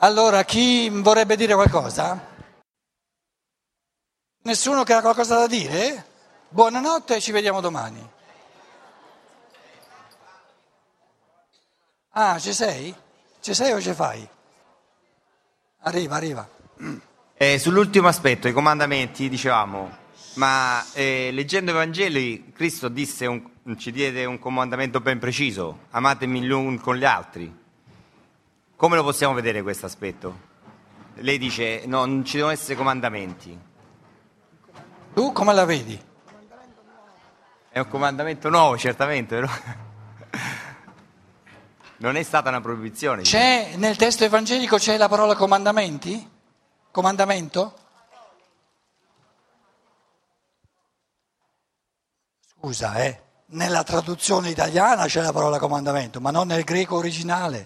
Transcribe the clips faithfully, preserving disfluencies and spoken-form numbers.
Allora, chi vorrebbe dire qualcosa? Nessuno che ha qualcosa da dire? Buonanotte e ci vediamo domani. Ah, ci sei? Ci sei o ci fai? Arriva, arriva. Eh, sull'ultimo aspetto, i comandamenti, dicevamo, ma eh, leggendo i Vangeli, Cristo disse un- ci diede un comandamento ben preciso: amatemi gli uni con gli altri. Come lo possiamo vedere questo aspetto? Lei dice no, non ci devono essere comandamenti. Tu come la vedi? È un comandamento nuovo, certamente, però non è stata una proibizione. C'è nel testo evangelico c'è la parola comandamenti? Comandamento? Scusa, eh. Nella traduzione italiana c'è la parola comandamento, ma non nel greco originale.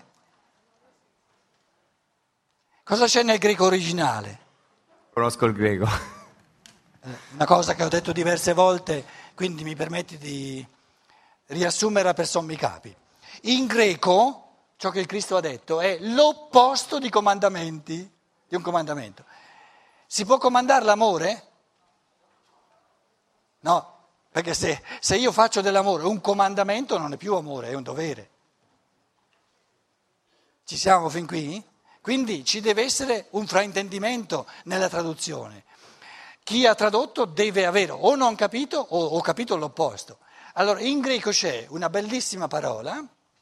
Cosa c'è nel greco originale? Conosco il greco. Una cosa che ho detto diverse volte, quindi mi permetti di riassumere per sommi capi. In greco, ciò che il Cristo ha detto è l'opposto di comandamenti, di un comandamento. Si può comandare l'amore? No, perché se, se io faccio dell'amore un comandamento non è più amore, è un dovere. Ci siamo fin qui? Quindi ci deve essere un fraintendimento nella traduzione. Chi ha tradotto deve avere o non capito o, o capito l'opposto. Allora, in greco c'è una bellissima parola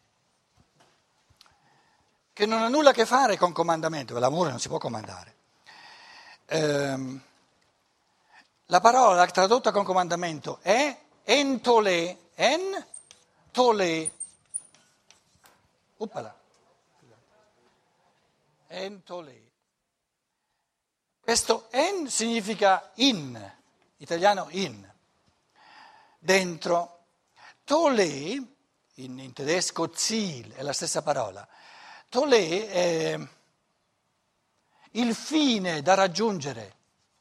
che non ha nulla a che fare con comandamento, l'amore non si può comandare. Ehm, la parola tradotta con comandamento è entole, en tole. Uppala. Entole. Questo en significa in, italiano in, dentro. Tole, in, in tedesco Ziel, è la stessa parola. Tole è il fine da raggiungere.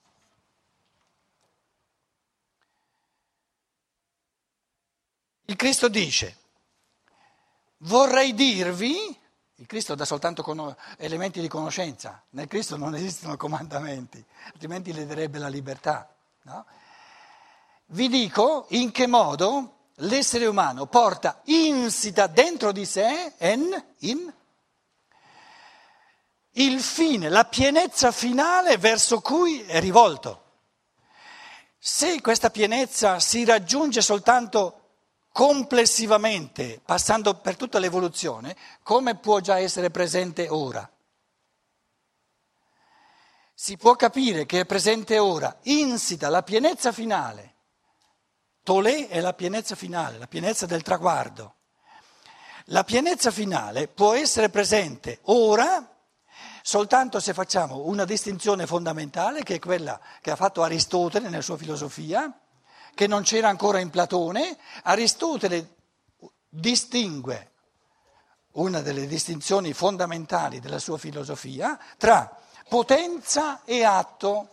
Il Cristo dice, vorrei dirvi, il Cristo dà soltanto con- elementi di conoscenza, nel Cristo non esistono comandamenti, altrimenti le darebbe la libertà. No? Vi dico in che modo l'essere umano porta insita dentro di sé, en, in, il fine, la pienezza finale verso cui è rivolto. Se questa pienezza si raggiunge soltanto complessivamente, passando per tutta l'evoluzione, come può già essere presente ora? Si può capire che è presente ora, insita la pienezza finale. Tolè è la pienezza finale, la pienezza del traguardo. La pienezza finale può essere presente ora soltanto se facciamo una distinzione fondamentale, che è quella che ha fatto Aristotele nella sua filosofia, che non c'era ancora in Platone. Aristotele distingue una delle distinzioni fondamentali della sua filosofia tra potenza e atto.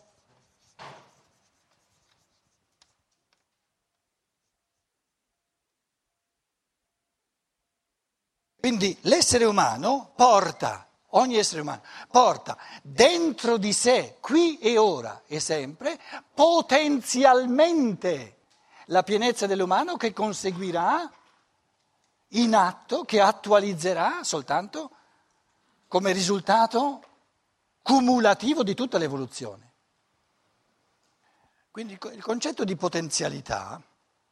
Quindi l'essere umano porta, ogni essere umano porta dentro di sé, qui e ora e sempre, potenzialmente la pienezza dell'umano che conseguirà in atto, che attualizzerà soltanto come risultato cumulativo di tutta l'evoluzione. Quindi il concetto di potenzialità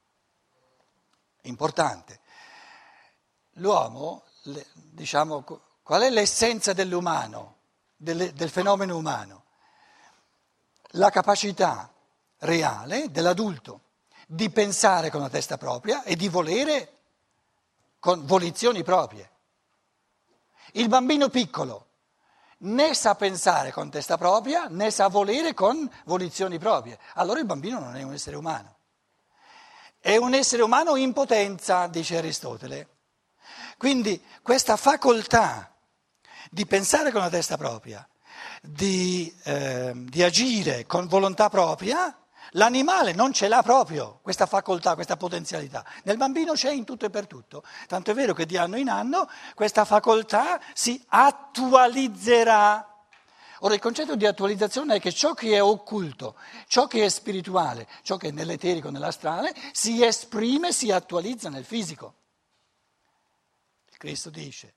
è importante. L'uomo, diciamo, qual è l'essenza dell'umano, del, del fenomeno umano? La capacità reale dell'adulto di pensare con la testa propria e di volere con volizioni proprie. Il bambino piccolo né sa pensare con testa propria né sa volere con volizioni proprie. Allora il bambino non è un essere umano. È un essere umano in potenza, dice Aristotele. Quindi questa facoltà di pensare con la testa propria, di, eh, di agire con volontà propria, L'animale non ce l'ha proprio questa facoltà, questa potenzialità. Nel bambino c'è in tutto e per tutto. Tanto è vero che di anno in anno questa facoltà si attualizzerà. Ora il concetto di attualizzazione è che ciò che è occulto, ciò che è spirituale, ciò che è nell'eterico, nell'astrale, si esprime, si attualizza nel fisico. Il Cristo dice: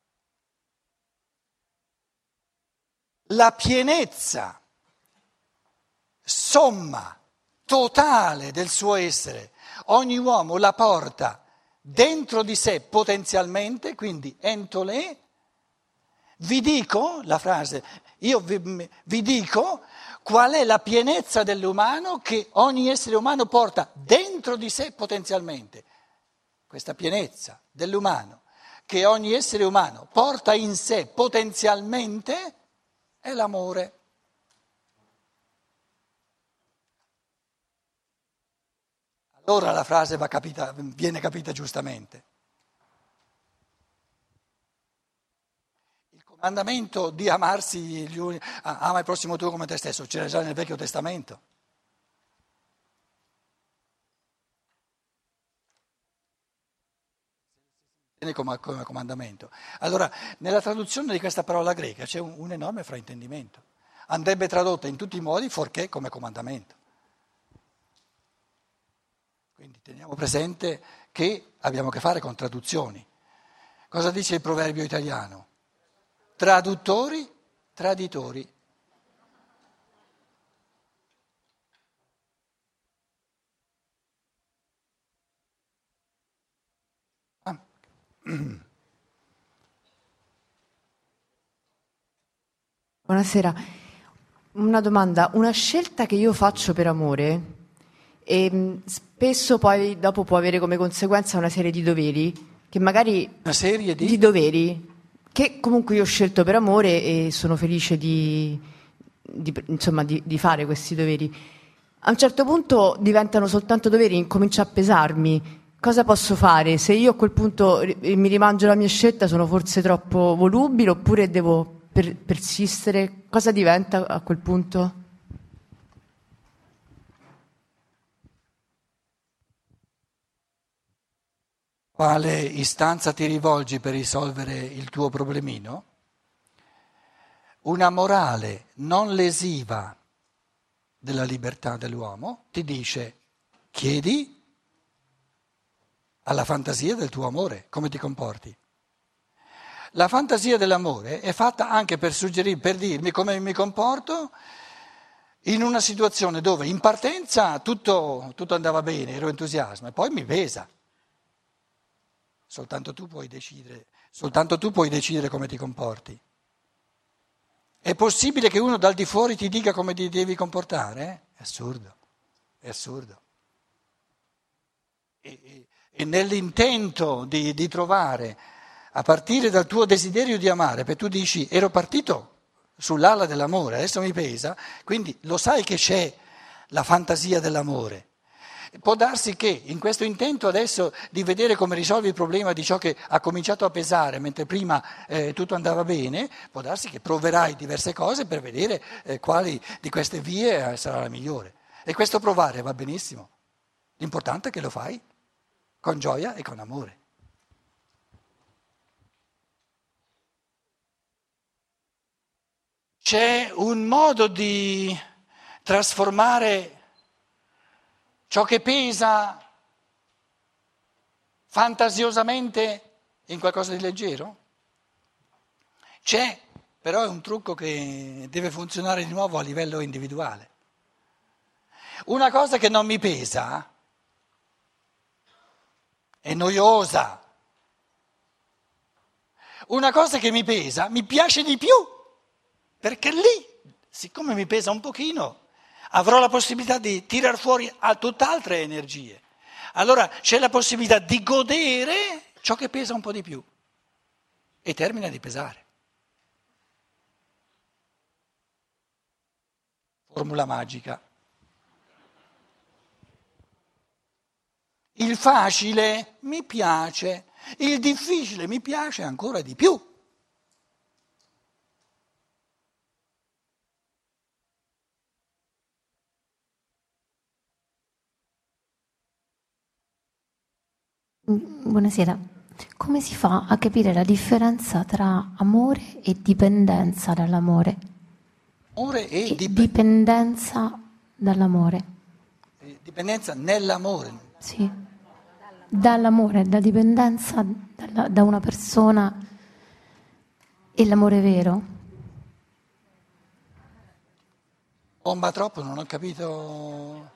la pienezza, somma, totale del suo essere, ogni uomo la porta dentro di sé potenzialmente, quindi entolè. Vi dico, la frase, io vi, vi dico qual è la pienezza dell'umano che ogni essere umano porta dentro di sé potenzialmente. Questa pienezza dell'umano che ogni essere umano porta in sé potenzialmente è l'amore. Allora la frase va capita, viene capita giustamente. Il comandamento di amarsi gli uni, ama il prossimo tuo come te stesso, c'era già nel Vecchio Testamento. Viene come, come comandamento. Allora, nella traduzione di questa parola greca c'è un, un enorme fraintendimento. Andrebbe tradotta in tutti i modi, fuorché come comandamento. Quindi teniamo presente che abbiamo a che fare con traduzioni. Cosa dice il proverbio italiano? Traduttori, traditori. Ah. Buonasera, una domanda, una scelta che io faccio per amore e mh, spesso poi dopo può avere come conseguenza una serie di doveri che magari Una serie di... di doveri che comunque io ho scelto per amore e sono felice di, di, insomma, di, di fare questi doveri. A un certo punto diventano soltanto doveri, incomincia a pesarmi. Cosa posso fare? Se io a quel punto ri- mi rimangio la mia scelta, sono forse troppo volubile oppure devo per- persistere? Cosa diventa a quel punto? Quale istanza ti rivolgi per risolvere il tuo problemino? Una morale non lesiva della libertà dell'uomo ti dice: chiedi alla fantasia del tuo amore come ti comporti. La fantasia dell'amore è fatta anche per suggerire, per dirmi come mi comporto in una situazione dove in partenza tutto, tutto andava bene, ero entusiasmo, e poi mi pesa. Soltanto tu puoi decidere, soltanto tu puoi decidere come ti comporti. È possibile che uno dal di fuori ti dica come ti devi comportare? È assurdo, è assurdo. E, e, e nell'intento di, di trovare, a partire dal tuo desiderio di amare, perché tu dici ero partito sull'ala dell'amore, adesso mi pesa, quindi lo sai che c'è la fantasia dell'amore. Può darsi che in questo intento adesso di vedere come risolvi il problema di ciò che ha cominciato a pesare mentre prima eh, tutto andava bene, può darsi che proverai diverse cose per vedere eh, quali di queste vie eh, sarà la migliore. E questo provare va benissimo. L'importante è che lo fai con gioia e con amore. C'è un modo di trasformare ciò che pesa fantasiosamente in qualcosa di leggero? C'è, però è un trucco che deve funzionare di nuovo a livello individuale. Una cosa che non mi pesa è noiosa. Una cosa che mi pesa mi piace di più, perché lì, siccome mi pesa un pochino, avrò la possibilità di tirar fuori a tutt'altre energie. Allora c'è la possibilità di godere ciò che pesa un po' di più e termina di pesare. Formula magica. Il facile mi piace, il difficile mi piace ancora di più. Buonasera. Come si fa a capire la differenza tra amore e dipendenza dall'amore? Amore e E dip- dipendenza dall'amore. dipendenza nell'amore. Sì. Dall'amore, da dipendenza dalla- da una persona e l'amore vero. Bomba troppo, non ho capito.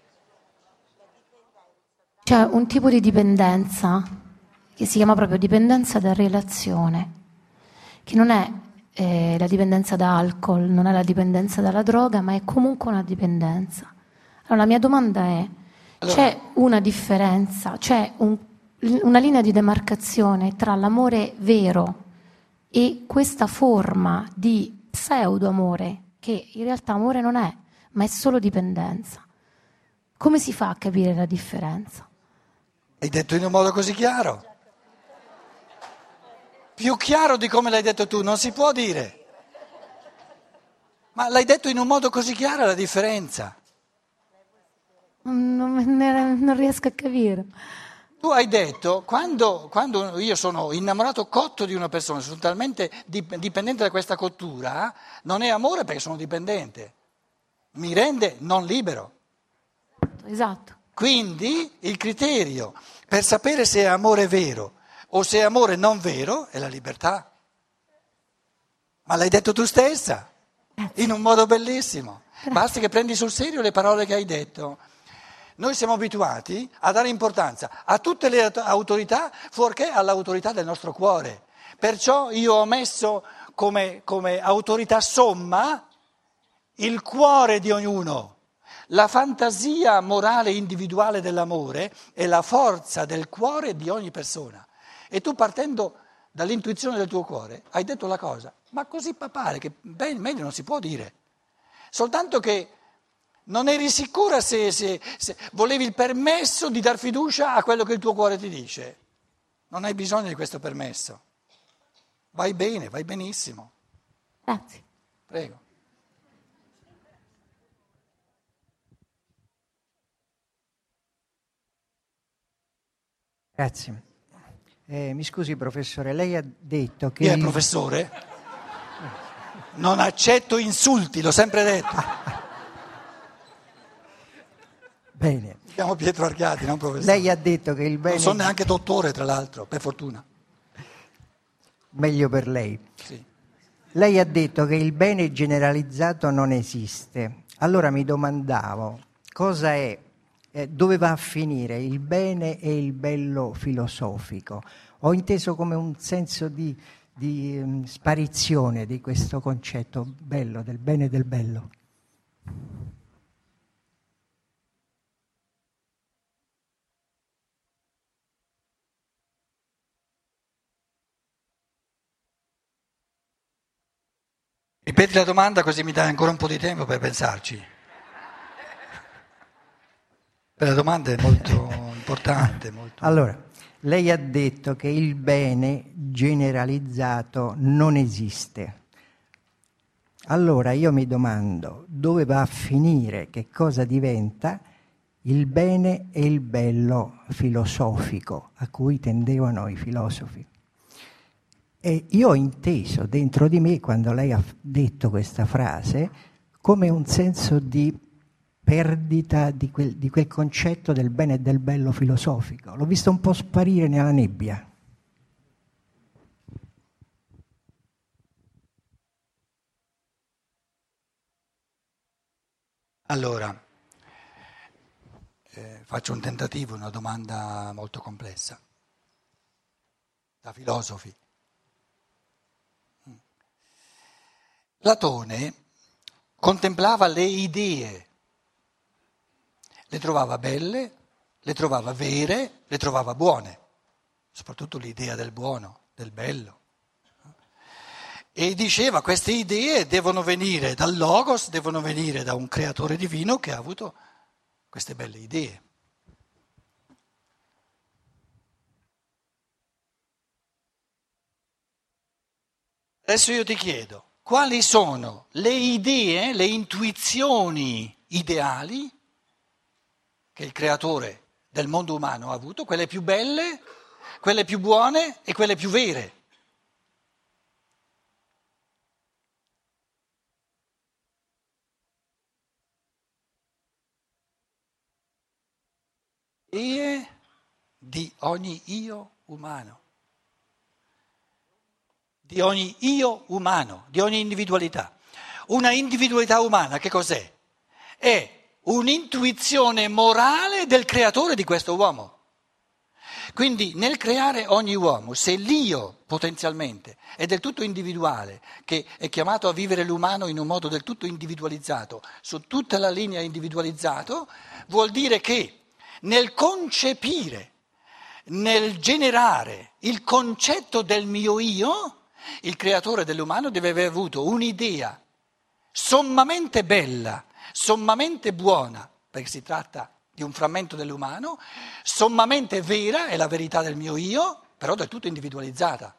C'è un tipo di dipendenza che si chiama proprio dipendenza da relazione, che non è eh, la dipendenza da alcol, non è la dipendenza dalla droga, ma è comunque una dipendenza. Allora la mia domanda è, Allora- c'è una differenza, c'è un- una linea di demarcazione tra l'amore vero e questa forma di pseudo-amore, che in realtà amore non è, ma è solo dipendenza? Come si fa a capire la differenza? Hai detto in un modo così chiaro. Più chiaro di come l'hai detto tu, non si può dire. Ma l'hai detto in un modo così chiaro la differenza. Non, non- non riesco a capire. Tu hai detto, quando, quando io sono innamorato cotto di una persona, sono talmente dip- dipendente da questa cottura, non è amore perché sono dipendente. Mi rende non libero. Esatto. Quindi il criterio per sapere se è amore vero o se è amore non vero è la libertà. Ma l'hai detto tu stessa, in un modo bellissimo. Basta che prendi sul serio le parole che hai detto. Noi siamo abituati a dare importanza a tutte le aut- autorità fuorché all'autorità del nostro cuore. Perciò io ho messo come, come autorità somma il cuore di ognuno. La fantasia morale individuale dell'amore è la forza del cuore di ogni persona. E tu partendo dall'intuizione del tuo cuore hai detto la cosa, ma così papale che ben, meglio non si può dire. Soltanto che non eri sicura se, se, se volevi il permesso di dar fiducia a quello che il tuo cuore ti dice. Non hai bisogno di questo permesso. Vai bene, vai benissimo. Grazie. Prego. Grazie. Eh, mi scusi professore, lei ha detto che... Chi è il il- professore? Non accetto insulti, l'ho sempre detto. Bene, Mi chiamo Pietro Archiati, non professore. lei ha detto che il bene... Non sono neanche dottore, tra l'altro, per fortuna. Meglio per lei. Sì. Lei ha detto che il bene generalizzato non esiste. Allora mi domandavo, cosa è, eh, dove va a finire il bene e il bello filosofico? Ho inteso come un senso di, di mm, sparizione di questo concetto bello, del bene e del bello. Ripeti la domanda così mi dai ancora un po' di tempo per pensarci. Per la domanda è molto importante. Molto... Allora, lei ha detto che il bene generalizzato non esiste. Allora io mi domando dove va a finire, che cosa diventa il bene e il bello filosofico a cui tendevano i filosofi. E io ho inteso dentro di me, quando lei ha detto questa frase, come un senso di perdita di quel, di quel concetto del bene e del bello filosofico. L'ho visto un po' sparire nella nebbia. Allora, eh, faccio un tentativo, una domanda molto complessa, da filosofi. Platone contemplava le idee, le trovava belle, le trovava vere, le trovava buone, soprattutto l'idea del buono, del bello. E diceva queste idee devono venire dal Logos, devono venire da un creatore divino che ha avuto queste belle idee. Adesso io ti chiedo, quali sono le idee, le intuizioni ideali che il creatore del mondo umano ha avuto, quelle più belle, quelle più buone e quelle più vere. E di ogni io umano, di ogni io umano, di ogni individualità. Una individualità umana che cos'è? È un'intuizione morale del creatore di questo uomo. Quindi nel creare ogni uomo, se l'io potenzialmente è del tutto individuale, che è chiamato a vivere l'umano in un modo del tutto individualizzato, su tutta la linea individualizzato, vuol dire che nel concepire, nel generare il concetto del mio io, il creatore dell'umano deve aver avuto un'idea sommamente bella, sommamente buona, perché si tratta di un frammento dell'umano, sommamente vera, è la verità del mio io, però del tutto individualizzata.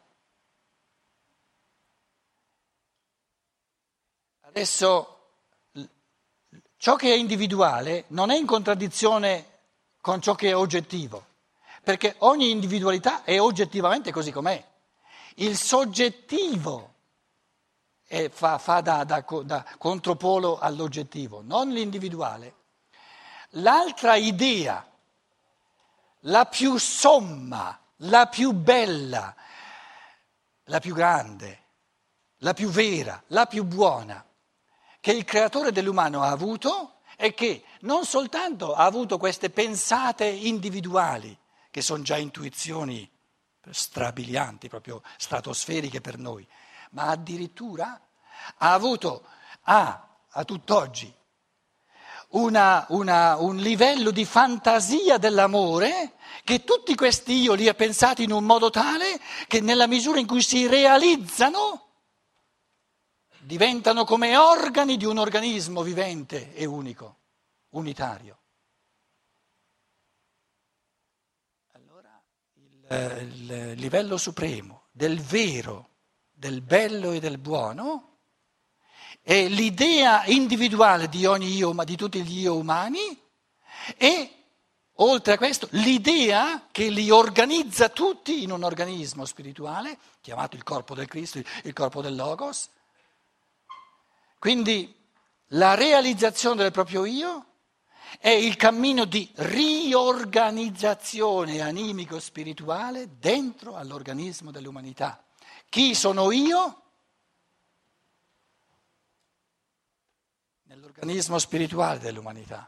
Adesso, ciò che è individuale non è in contraddizione con ciò che è oggettivo, perché ogni individualità è oggettivamente così com'è. Il soggettivo è, fa, fa da, da, da contropolo all'oggettivo, non l'individuale. L'altra idea, la più somma, la più bella, la più grande, la più vera, la più buona, che il creatore dell'umano ha avuto, è che non soltanto ha avuto queste pensate individuali, che sono già intuizioni strabilianti, proprio stratosferiche per noi, ma addirittura ha avuto, ha a tutt'oggi, una, una, un livello di fantasia dell'amore che tutti questi io li ha pensati in un modo tale che nella misura in cui si realizzano diventano come organi di un organismo vivente e unico, unitario. Allora il, il livello supremo del vero, del bello e del buono è l'idea individuale di ogni io, di tutti gli io umani e, oltre a questo, l'idea che li organizza tutti in un organismo spirituale, chiamato il corpo del Cristo, il corpo del Logos. Quindi la realizzazione del proprio io è il cammino di riorganizzazione animico-spirituale dentro all'organismo dell'umanità. Chi sono io? Nell'organismo spirituale dell'umanità.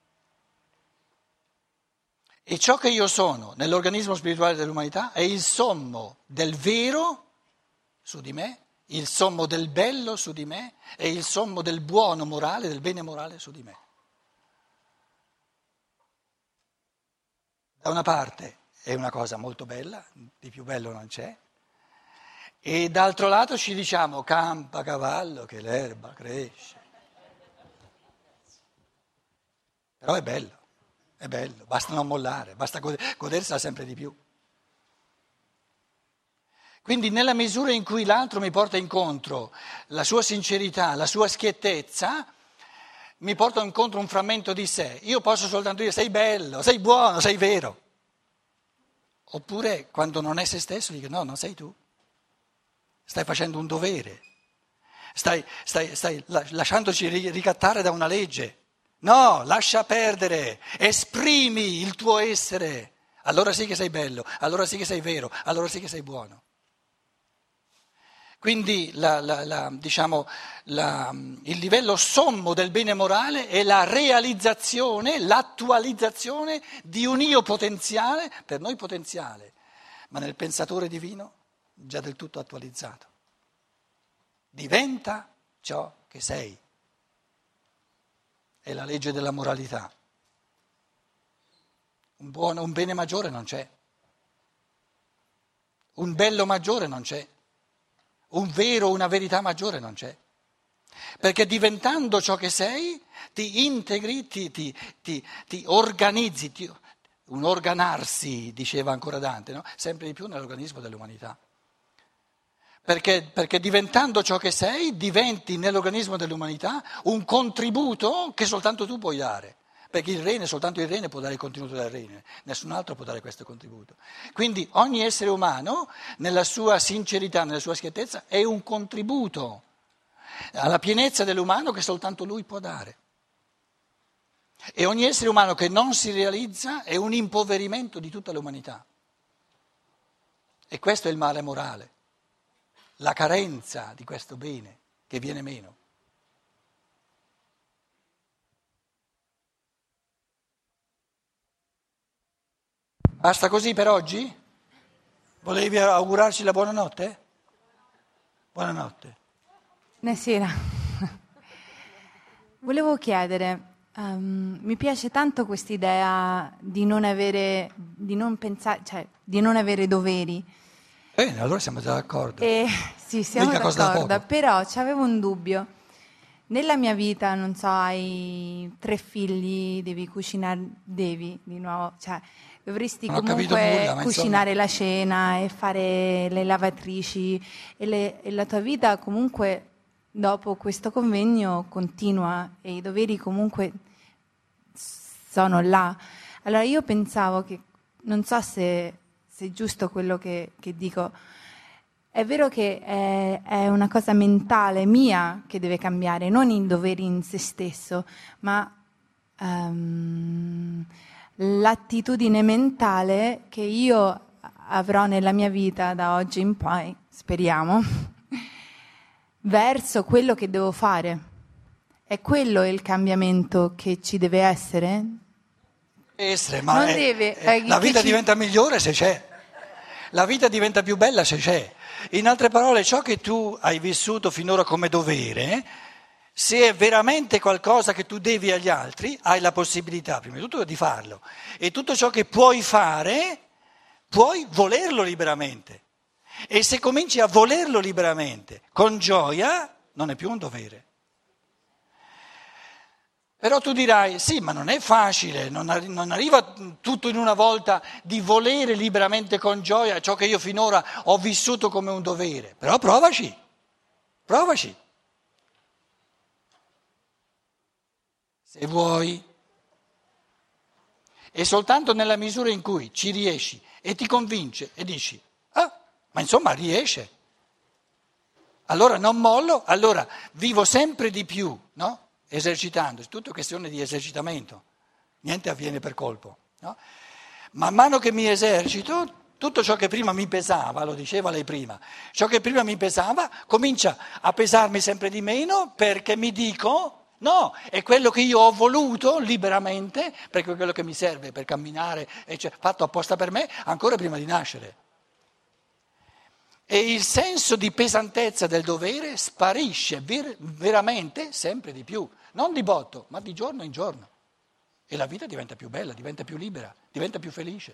E ciò che io sono nell'organismo spirituale dell'umanità è il sommo del vero su di me, il sommo del bello su di me e il sommo del buono morale, del bene morale su di me. Da una parte è una cosa molto bella, di più bello non c'è, e d'altro lato ci diciamo campa cavallo che l'erba cresce. Però è bello, è bello, basta non mollare, basta godersela sempre di più. Quindi nella misura in cui l'altro mi porta incontro la sua sincerità, la sua schiettezza, mi porta incontro un frammento di sé. Io posso soltanto dire sei bello, sei buono, sei vero. Oppure quando non è se stesso dico no, non sei tu. Stai facendo un dovere, stai, stai, stai lasciandoci ricattare da una legge. No, lascia perdere, esprimi il tuo essere. Allora sì che sei bello, allora sì che sei vero, allora sì che sei buono. Quindi la, la, la, diciamo, la, il livello sommo del bene morale è la realizzazione, l'attualizzazione di un io potenziale, per noi potenziale, ma nel pensatore divino già del tutto attualizzato. Diventa ciò che sei. È la legge della moralità. Un buono, un bene maggiore non c'è. Un bello maggiore non c'è. Un vero, una verità maggiore non c'è. Perché diventando ciò che sei, ti integri, ti, ti, ti, ti organizzi, ti, un organarsi, diceva ancora Dante, no? Sempre di più nell'organismo dell'umanità. Perché, perché diventando ciò che sei, diventi nell'organismo dell'umanità un contributo che soltanto tu puoi dare. perché il rene, soltanto il rene può dare il contenuto del rene, nessun altro può dare questo contributo. Quindi ogni essere umano, nella sua sincerità, nella sua schiettezza, è un contributo alla pienezza dell'umano che soltanto lui può dare. E ogni essere umano che non si realizza è un impoverimento di tutta l'umanità. E questo è il male morale, la carenza di questo bene che viene meno. Basta così per oggi? Volevi augurarci la buonanotte? Buonanotte. Buonasera. Volevo chiedere, um, mi piace tanto quest'idea di non avere, di non pensare, cioè di non avere doveri. Bene, allora siamo già d'accordo. E, sì, siamo Mica cosa da d'accordo, poco. però c'avevo un dubbio. Nella mia vita, non so, hai tre figli, devi cucinare, devi di nuovo, cioè dovresti Non ho capito comunque nulla, ma cucinare insomma. la cena e fare le lavatrici e, le- e la tua vita comunque dopo questo convegno continua e i doveri comunque sono là. Allora io pensavo che, non so se, se è giusto quello che, che dico, è vero che è, è una cosa mentale mia che deve cambiare, non i doveri in se stesso, ma ehm, l'attitudine mentale che io avrò nella mia vita da oggi in poi, speriamo, verso quello che devo fare. È quello il cambiamento che ci deve essere? Essere, ma Non è- deve, è- eh, la che vita ci- diventa migliore se c'è. La vita diventa più bella se c'è. In altre parole, ciò che tu hai vissuto finora come dovere, se è veramente qualcosa che tu devi agli altri, hai la possibilità, prima di tutto, di farlo. E tutto ciò che puoi fare, puoi volerlo liberamente. E se cominci a volerlo liberamente, con gioia, non è più un dovere. Però tu dirai, sì, ma non è facile, non, arri- non arriva tutto in una volta di volere liberamente con gioia ciò che io finora ho vissuto come un dovere. Però provaci, provaci. Se vuoi. E soltanto nella misura in cui ci riesci e ti convince e dici, ah, ma insomma riesce. Allora non mollo, allora vivo sempre di più, no? Esercitando, è tutto questione di esercitamento, niente avviene per colpo, no? Man mano che mi esercito, tutto ciò che prima mi pesava, lo diceva lei prima, ciò che prima mi pesava comincia a pesarmi sempre di meno perché mi dico, no, è quello che io ho voluto liberamente, perché è quello che mi serve per camminare, e cioè, fatto apposta per me, ancora prima di nascere. E il senso di pesantezza del dovere sparisce ver- veramente sempre di più, non di botto, ma di giorno in giorno. E la vita diventa più bella, diventa più libera, diventa più felice.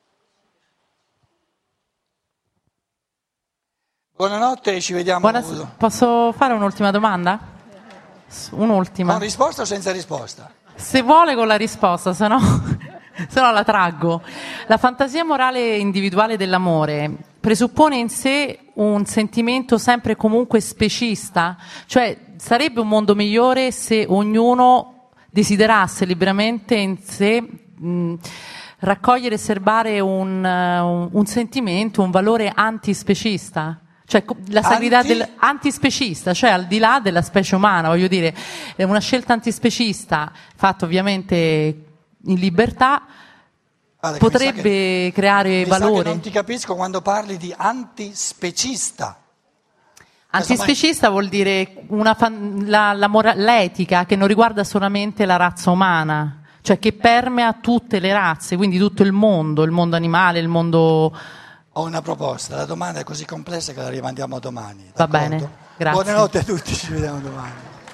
Buonanotte e ci vediamo. Buonasera. Posso fare un'ultima domanda? S- Un'ultima. Con risposta o senza risposta? Se vuole con la risposta, se no, se no la traggo. La fantasia morale individuale dell'amore presuppone in sé un sentimento sempre e comunque specista? Cioè, sarebbe un mondo migliore se ognuno desiderasse liberamente in sé mh, raccogliere e serbare un, un, un sentimento, un valore antispecista? Cioè la sacralità Anti? del antispecista, cioè al di là della specie umana, voglio dire, è una scelta antispecista fatta ovviamente in libertà. Guarda, che mi sa Potrebbe che- creare mi sa che valore. non ti capisco quando parli di antispecista. Antispecista vuol dire una fan- la, la mora- l'etica che non riguarda solamente la razza umana, cioè che permea tutte le razze, quindi tutto il mondo, il mondo animale, il mondo... Ho una proposta, la domanda è così complessa che la rimandiamo a domani. Va d'accordo? bene, grazie. Buonanotte a tutti, ci vediamo domani.